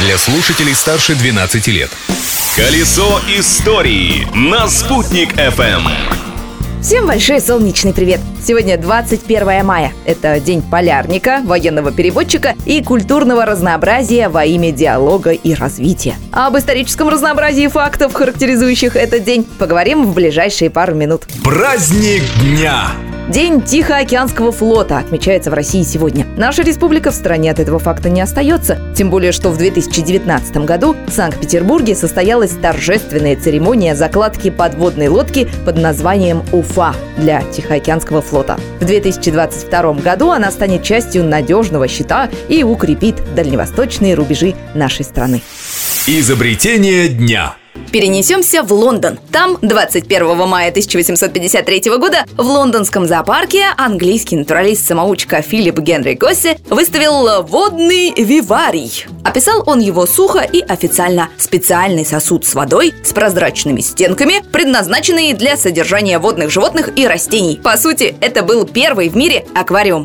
Для слушателей старше 12 лет. Колесо истории на Спутник FM. Всем большой солнечный привет! Сегодня 21 мая. Это день полярника, военного переводчика и культурного разнообразия во имя диалога и развития. Об историческом разнообразии фактов, характеризующих этот день, поговорим в ближайшие пару минут. Праздник дня! День Тихоокеанского флота отмечается в России сегодня. Наша республика в стороне от этого факта не остается. Тем более, что в 2019 году в Санкт-Петербурге состоялась торжественная церемония закладки подводной лодки под названием «Уфа» для Тихоокеанского флота. В 2022 году она станет частью надежного щита и укрепит дальневосточные рубежи нашей страны. Изобретение дня. Перенесемся в Лондон. Там 21 мая 1853 года в лондонском зоопарке английский натуралист-самоучка Филипп Генри Госси выставил водный виварий. Описал он его сухо и официально: специальный сосуд с водой с прозрачными стенками, предназначенный для содержания водных животных и растений. По сути, это был первый в мире аквариум.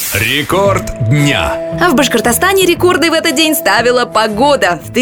Рекорд дня. А в Башкортостане рекорды в этот день ставила погода. В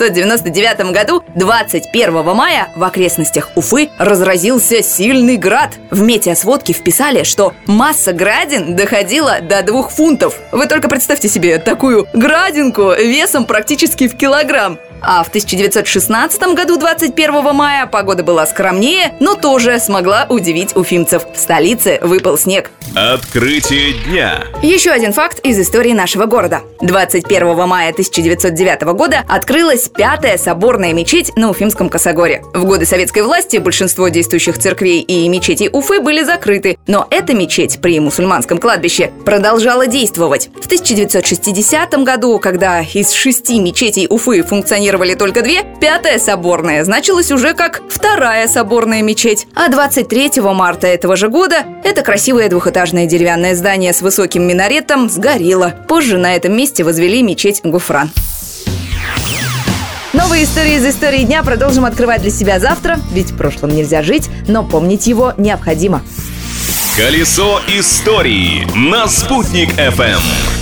1799 году, 21 мая, в окрестностях Уфы разразился сильный град. В метеосводке вписали, что масса градин доходила до 2 фунтов. Вы только представьте себе такую градинку весом практически в килограмм. А в 1916 году, 21 мая, погода была скромнее, но тоже смогла удивить уфимцев. В столице выпал снег. Открытие дня. Еще один факт из истории нашего города. 21 мая 1909 года открылась 5-я соборная мечеть на Уфимском Косогоре. В годы советской власти большинство действующих церквей и мечетей Уфы были закрыты, но эта мечеть при мусульманском кладбище продолжала действовать. В 1960 году, когда из 6 мечетей Уфы функционировали только 2, 5-я соборная значилась уже как 2-я соборная мечеть. А 23 марта этого же года это красивое двухэтажное деревянное здание с высоким минаретом сгорело. Позже на этом месте возвели мечеть Гуфран. Новые истории из истории дня продолжим открывать для себя завтра, ведь в прошлом нельзя жить, но помнить его необходимо. Колесо истории на Спутник FM.